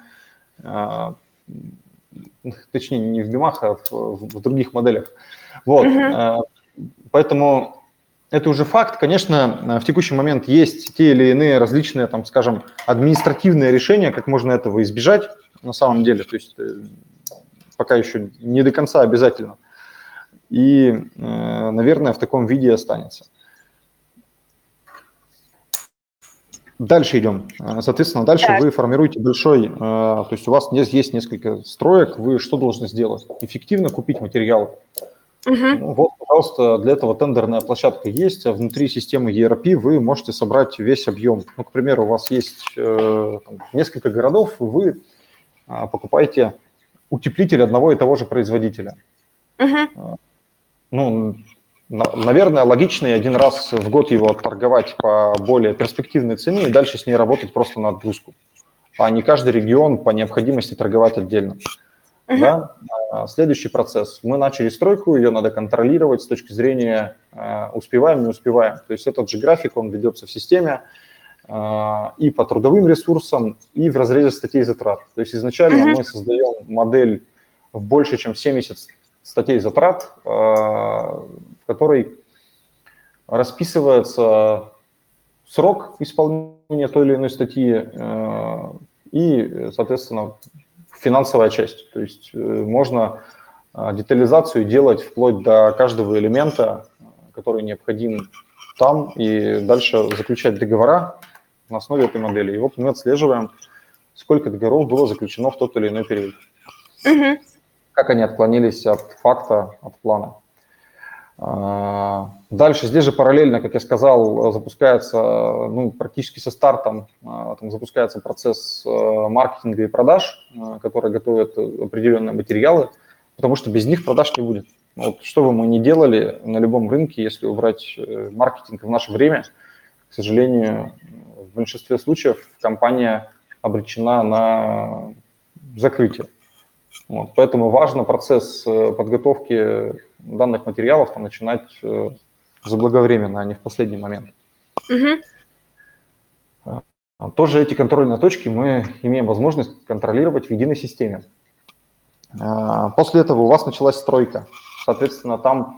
точнее, не в БИМах, а в других моделях. Вот, поэтому это уже факт. Конечно, в текущий момент есть те или иные различные, там, скажем, административные решения, как можно этого избежать на самом деле, то есть пока еще не до конца обязательно. И, наверное, в таком виде останется. Дальше идем. Соответственно, дальше вы формируете большой, то есть у вас есть несколько строек, вы что должны сделать? Эффективно купить материал. Вот, пожалуйста, для этого тендерная площадка есть, а внутри системы ERP вы можете собрать весь объем. К примеру, у вас есть несколько городов, вы покупаете утеплитель одного и того же производителя. Наверное, логично один раз в год его отторговать по более перспективной цене и дальше с ней работать просто на отгрузку, а не каждый регион по необходимости торговать отдельно. Да? Следующий процесс. Мы начали стройку, ее надо контролировать с точки зрения успеваем, не успеваем. То есть этот же график, он ведется в системе и по трудовым ресурсам, и в разрезе статей затрат. То есть изначально мы создаем модель в больше, чем 70 статей затрат, в которой расписывается срок исполнения той или иной статьи и, соответственно, финансовая часть. То есть можно детализацию делать вплоть до каждого элемента, который необходим там, и дальше заключать договора на основе этой модели. И вот мы отслеживаем, сколько договоров было заключено в тот или иной период. Как они отклонились от факта, от плана. Дальше здесь же параллельно, как я сказал, запускается, практически со стартом, там запускается процесс маркетинга и продаж, который готовит определенные материалы, потому что без них продаж не будет. Вот, что бы мы ни делали на любом рынке, если убрать маркетинг в наше время, к сожалению, в большинстве случаев компания обречена на закрытие. Вот, поэтому важно процесс подготовки данных материалов начинать заблаговременно, а не в последний момент. Тоже эти контрольные точки мы имеем возможность контролировать в единой системе. После этого у вас началась стройка. Соответственно, там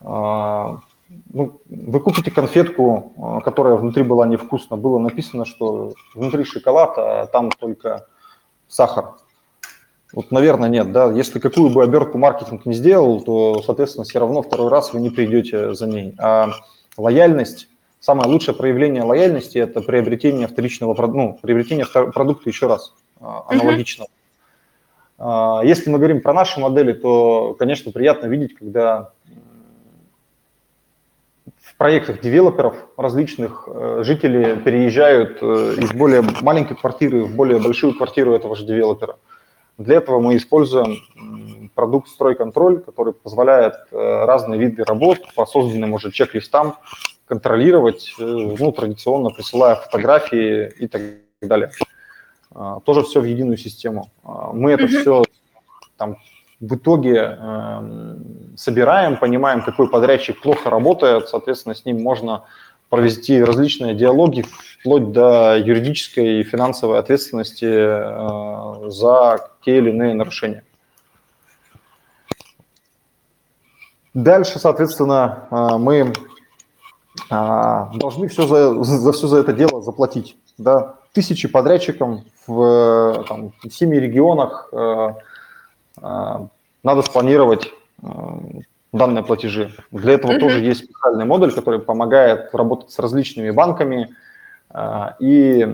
вы купите конфетку, которая внутри была невкусна. Было написано, что внутри шоколад, а там только сахар. Вот, наверное, нет, да. Если какую бы обертку маркетинг не сделал, то, соответственно, все равно второй раз вы не придете за ней. А лояльность, самое лучшее проявление лояльности – это приобретение вторичного, приобретение продукта еще раз, аналогичного. Если мы говорим про наши модели, то, конечно, приятно видеть, когда в проектах девелоперов различных жители переезжают из более маленькой квартиры в более большую квартиру этого же девелопера. Для этого мы используем продукт «Стройконтроль», который позволяет разные виды работ по созданным уже чек-листам контролировать, традиционно присылая фотографии и так далее. Тоже все в единую систему. Мы это все там в итоге собираем, понимаем, какой подрядчик плохо работает, соответственно, с ним можно провести различные диалоги вплоть до юридической и финансовой ответственности за те или иные нарушения. Дальше, соответственно, мы должны за все это дело заплатить. Да? Тысячи подрядчикам в 7 регионах надо спланировать данные платежи. Для этого тоже есть специальный модуль, который помогает работать с различными банками и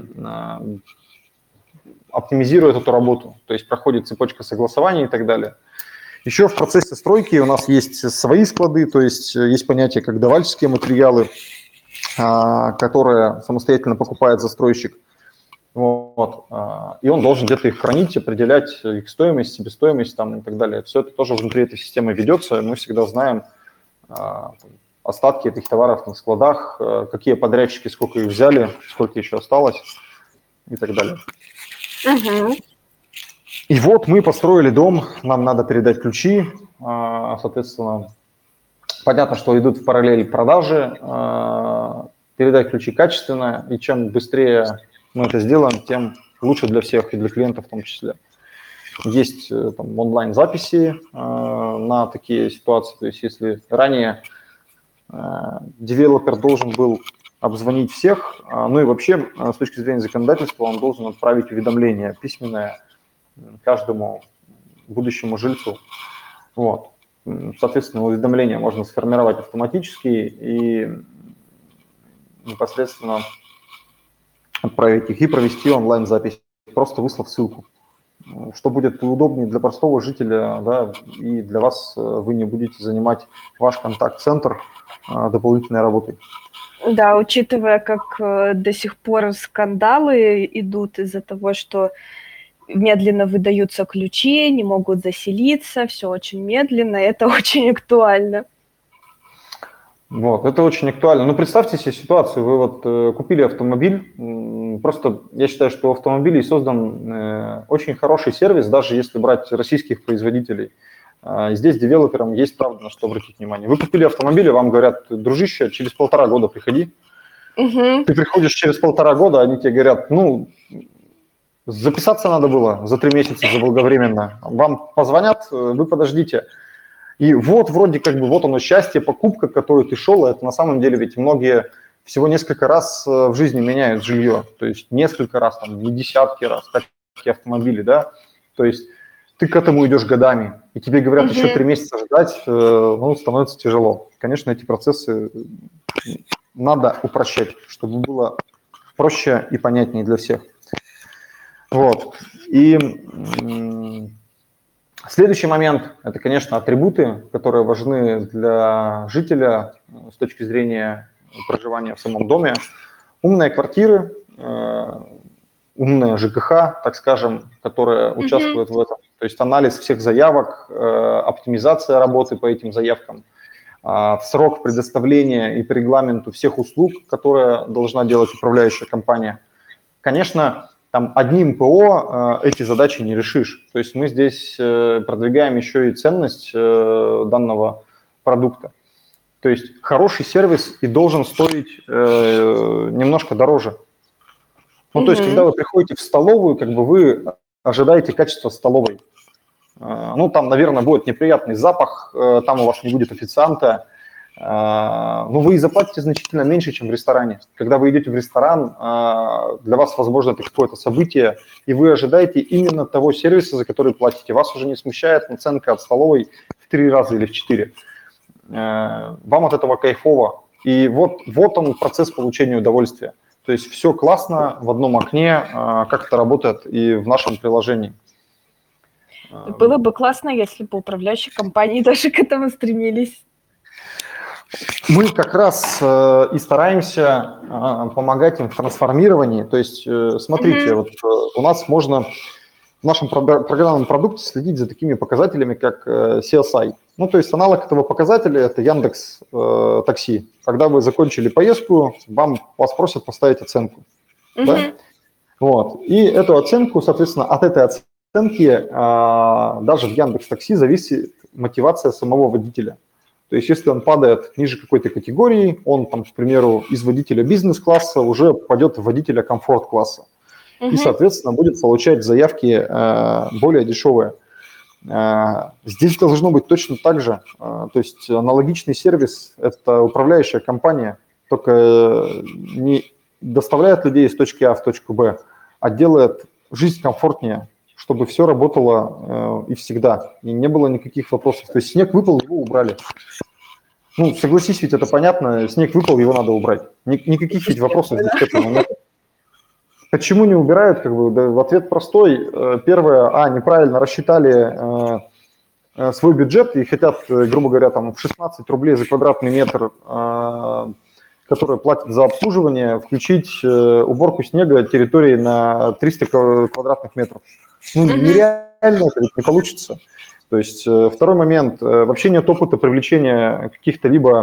оптимизирует эту работу. То есть проходит цепочка согласований и так далее. Еще в процессе стройки у нас есть свои склады, то есть есть понятие как давальческие материалы, которые самостоятельно покупает застройщик. Вот. И он должен где-то их хранить, определять их стоимость, себестоимость и так далее. Все это тоже внутри этой системы ведется. Мы всегда знаем остатки этих товаров на складах, какие подрядчики, сколько их взяли, сколько еще осталось и так далее. И вот мы построили дом, нам надо передать ключи, соответственно, понятно, что идут в параллель продажи, передать ключи качественно, и чем быстрее мы это сделаем, тем лучше для всех, и для клиентов в том числе. Есть там онлайн-записи на такие ситуации, то есть если ранее девелопер должен был обзвонить всех, ну и вообще с точки зрения законодательства он должен отправить уведомление письменное каждому будущему жильцу. Вот. Соответственно, уведомление можно сформировать автоматически и непосредственно отправить их и провести онлайн-запись, просто выслав ссылку. Что будет удобнее для простого жителя, да, и для вас вы не будете занимать ваш контакт-центр дополнительной работой. Да, учитывая, как до сих пор скандалы идут из-за того, что медленно выдаются ключи, не могут заселиться, все очень медленно, это очень актуально. Вот, это очень актуально. Ну, представьте себе ситуацию, вы вот купили автомобиль, просто я считаю, что у автомобилей создан очень хороший сервис, даже если брать российских производителей. Здесь девелоперам есть, правда, на что обратить внимание. Вы купили автомобиль, и вам говорят: дружище, через 1,5 года приходи. Ты приходишь через 1,5 года, они тебе говорят: ну, записаться надо было за 3 месяца заблаговременно. Вам позвонят, вы подождите. И вот вроде как бы вот оно счастье, покупка, к которой ты шел, это на самом деле ведь многие всего несколько раз в жизни меняют жилье, то есть несколько раз, там, не десятки раз, такие автомобили, да, то есть ты к этому идешь годами, и тебе говорят еще 3 месяца ждать, ну, становится тяжело. Конечно, эти процессы надо упрощать, чтобы было проще и понятнее для всех. Вот, и... Следующий момент – это, конечно, атрибуты, которые важны для жителя с точки зрения проживания в самом доме. Умные квартиры, умная ЖКХ, так скажем, которые участвуют в этом. То есть анализ всех заявок, оптимизация работы по этим заявкам, срок предоставления и по регламенту всех услуг, которые должна делать управляющая компания. Конечно, там одним ПО эти задачи не решишь. То есть мы здесь продвигаем еще и ценность данного продукта. То есть хороший сервис и должен стоить немножко дороже. Ну, то есть когда вы приходите в столовую, как бы вы ожидаете качества столовой. Ну, там, наверное, будет неприятный запах, там у вас не будет официанта. Но вы и заплатите значительно меньше, чем в ресторане. Когда вы идете в ресторан, для вас, возможно, это какое-то событие, и вы ожидаете именно того сервиса, за который платите. Вас уже не смущает наценка от столовой в 3 раза или в 4. Вам от этого кайфово. И вот он процесс получения удовольствия. То есть все классно в одном окне, как это работает и в нашем приложении. Было бы классно, если бы управляющие компании даже к этому стремились. Мы как раз и стараемся помогать им в трансформировании. То есть, смотрите, вот у нас можно в нашем программном продукте следить за такими показателями, как CSI. Ну, то есть аналог этого показателя – это Яндекс Такси. Когда вы закончили поездку, вас просят поставить оценку. Да? Вот. И эту оценку, соответственно, от этой оценки даже в Яндекс Такси зависит мотивация самого водителя. То есть если он падает ниже какой-то категории, он, там, к примеру, из водителя бизнес-класса уже попадет в водителя комфорт-класса. И, соответственно, будет получать заявки более дешевые. Здесь должно быть точно так же. То есть аналогичный сервис – это управляющая компания, только не доставляет людей из точки А в точку Б, а делает жизнь комфортнее, чтобы все работало и всегда, и не было никаких вопросов. То есть снег выпал, его убрали. Ну, согласись, ведь это понятно, снег выпал, его надо убрать. Никаких ведь вопросов здесь к этому нет. Почему не убирают? Как бы, да, ответ простой. Первое, неправильно рассчитали свой бюджет и хотят, грубо говоря, там, в 16 рублей за квадратный метр, которые платят за обслуживание, включить уборку снега территории на 300 квадратных метров. Ну, нереально это ведь не получится. То есть второй момент, вообще нет опыта привлечения каких-то либо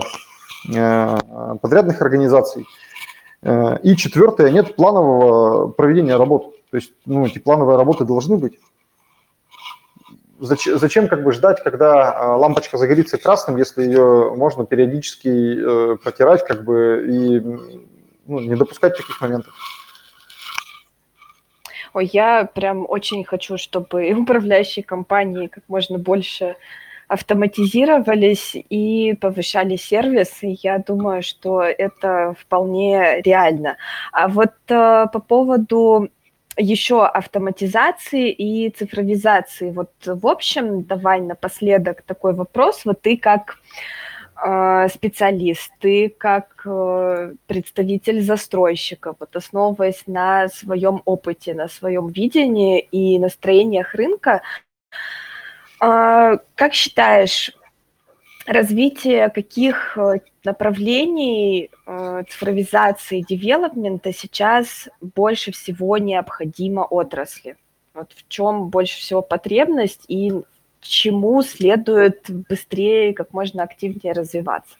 подрядных организаций. И четвертое, нет планового проведения работ. То есть, ну, эти плановые работы должны быть. зачем как бы ждать, когда лампочка загорится красным, если ее можно периодически протирать как бы и не допускать таких моментов? Ой, я прям очень хочу, чтобы управляющие компании как можно больше автоматизировались и повышали сервис. И я думаю, что это вполне реально. А вот по поводу еще автоматизации и цифровизации. Вот в общем, давай напоследок такой вопрос. Вот ты как специалист, ты как представитель застройщика, вот основываясь на своем опыте, на своем видении и настроениях рынка, как считаешь, развитие каких направлений цифровизации, девелопмента сейчас больше всего необходимо отрасли? Вот в чем больше всего потребность и чему следует быстрее, как можно активнее развиваться?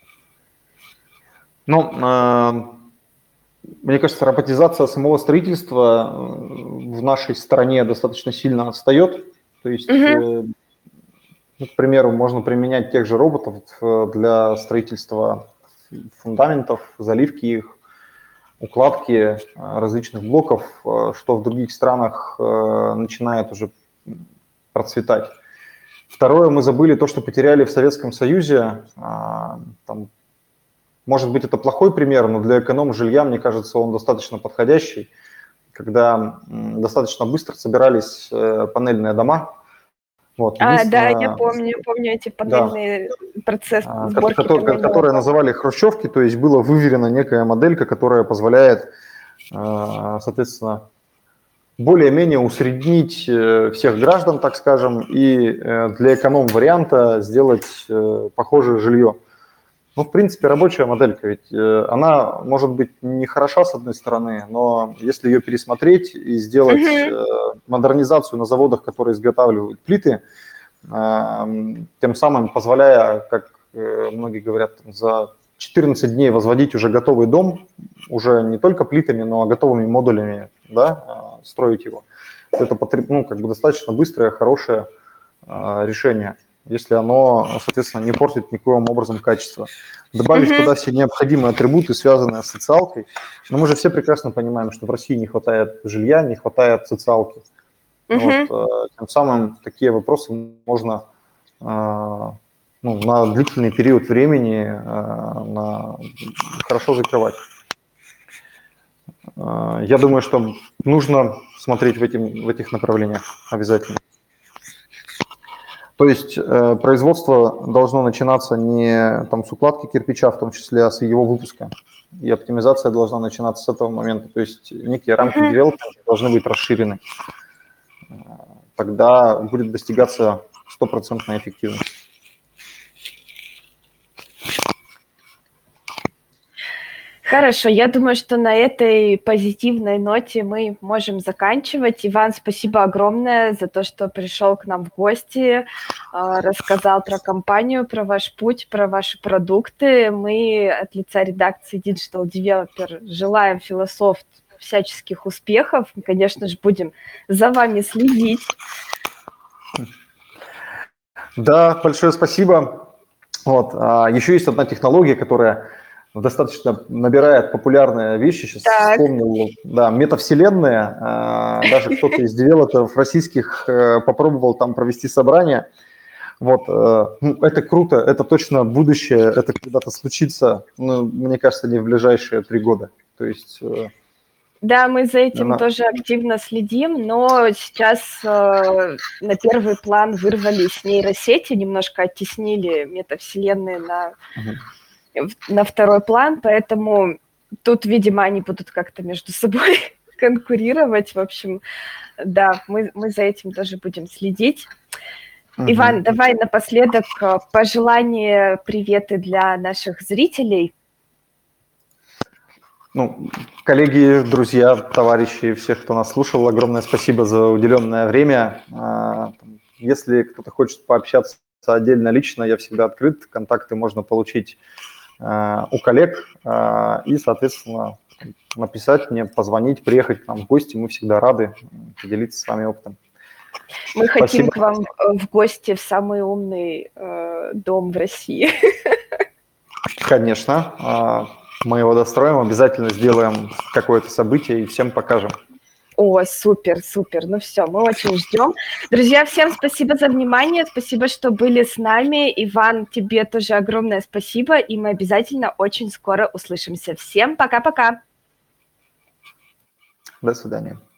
Ну, мне кажется, роботизация самого строительства в нашей стране достаточно сильно отстает. То есть, к примеру, можно применять тех же роботов для строительства фундаментов, заливки их, укладки различных блоков, что в других странах начинает уже процветать. Второе, мы забыли то, что потеряли в Советском Союзе. Там, может быть, это плохой пример, но для эконом-жилья, мне кажется, он достаточно подходящий, когда достаточно быстро собирались панельные дома. Вот, Да, я помню эти панельные, процесс сборки панельного которые называли хрущевки, то есть была выверена некая моделька, которая позволяет, соответственно, более-менее усреднить всех граждан, так скажем, и для эконом-варианта сделать похожее жилье. Ну, в принципе, рабочая моделька, ведь она может быть не хороша с одной стороны, но если ее пересмотреть и сделать модернизацию на заводах, которые изготавливают плиты, тем самым позволяя, как многие говорят, за 14 дней возводить уже готовый дом, уже не только плитами, но и готовыми модулями, да, строить его. Это как бы достаточно быстрое, хорошее решение, если оно, соответственно, не портит никоим образом качество. Добавив туда все необходимые атрибуты, связанные с социалкой, но мы же все прекрасно понимаем, что в России не хватает жилья, не хватает социалки. Вот, тем самым такие вопросы можно на длительный период времени хорошо закрывать. Я думаю, что нужно смотреть в этих направлениях обязательно. То есть производство должно начинаться не там, с укладки кирпича, в том числе, а с его выпуска. И оптимизация должна начинаться с этого момента. То есть некие рамки девелопмента должны быть расширены. Тогда будет достигаться 100% эффективность. Хорошо, я думаю, что на этой позитивной ноте мы можем заканчивать. Иван, спасибо огромное за то, что пришел к нам в гости, рассказал про компанию, про ваш путь, про ваши продукты. Мы от лица редакции Digital Developer желаем Philosopht всяческих успехов. Мы, конечно же, будем за вами следить. Да, большое спасибо. Вот. Еще есть одна технология, которая достаточно набирает популярные вещи. Сейчас вспомнил, да, метавселенная. Даже кто-то из девелоперов российских попробовал там провести собрание. Вот. Это круто, это точно будущее, это когда-то случится, мне кажется, не в ближайшие 3 года. То есть... Да, мы за этим тоже активно следим, но сейчас на первый план вырвались нейросети, немножко оттеснили метавселенные на второй план, поэтому тут, видимо, они будут как-то между собой конкурировать. В общем, да, мы за этим тоже будем следить. Иван, давай напоследок пожелания, приветы для наших зрителей. Коллеги, друзья, товарищи, всех, кто нас слушал, огромное спасибо за уделенное время. Если кто-то хочет пообщаться отдельно, лично, я всегда открыт. Контакты можно получить у коллег и, соответственно, написать мне, позвонить, приехать к нам в гости. Мы всегда рады поделиться с вами опытом. Мы хотим Спасибо. к вам в гости в самый умный дом в России. Конечно. Мы его достроим, обязательно сделаем какое-то событие и всем покажем. О, супер, супер. Ну все, мы очень ждем. Друзья, всем спасибо за внимание, спасибо, что были с нами. Иван, тебе тоже огромное спасибо, и мы обязательно очень скоро услышимся. Всем пока-пока. До свидания.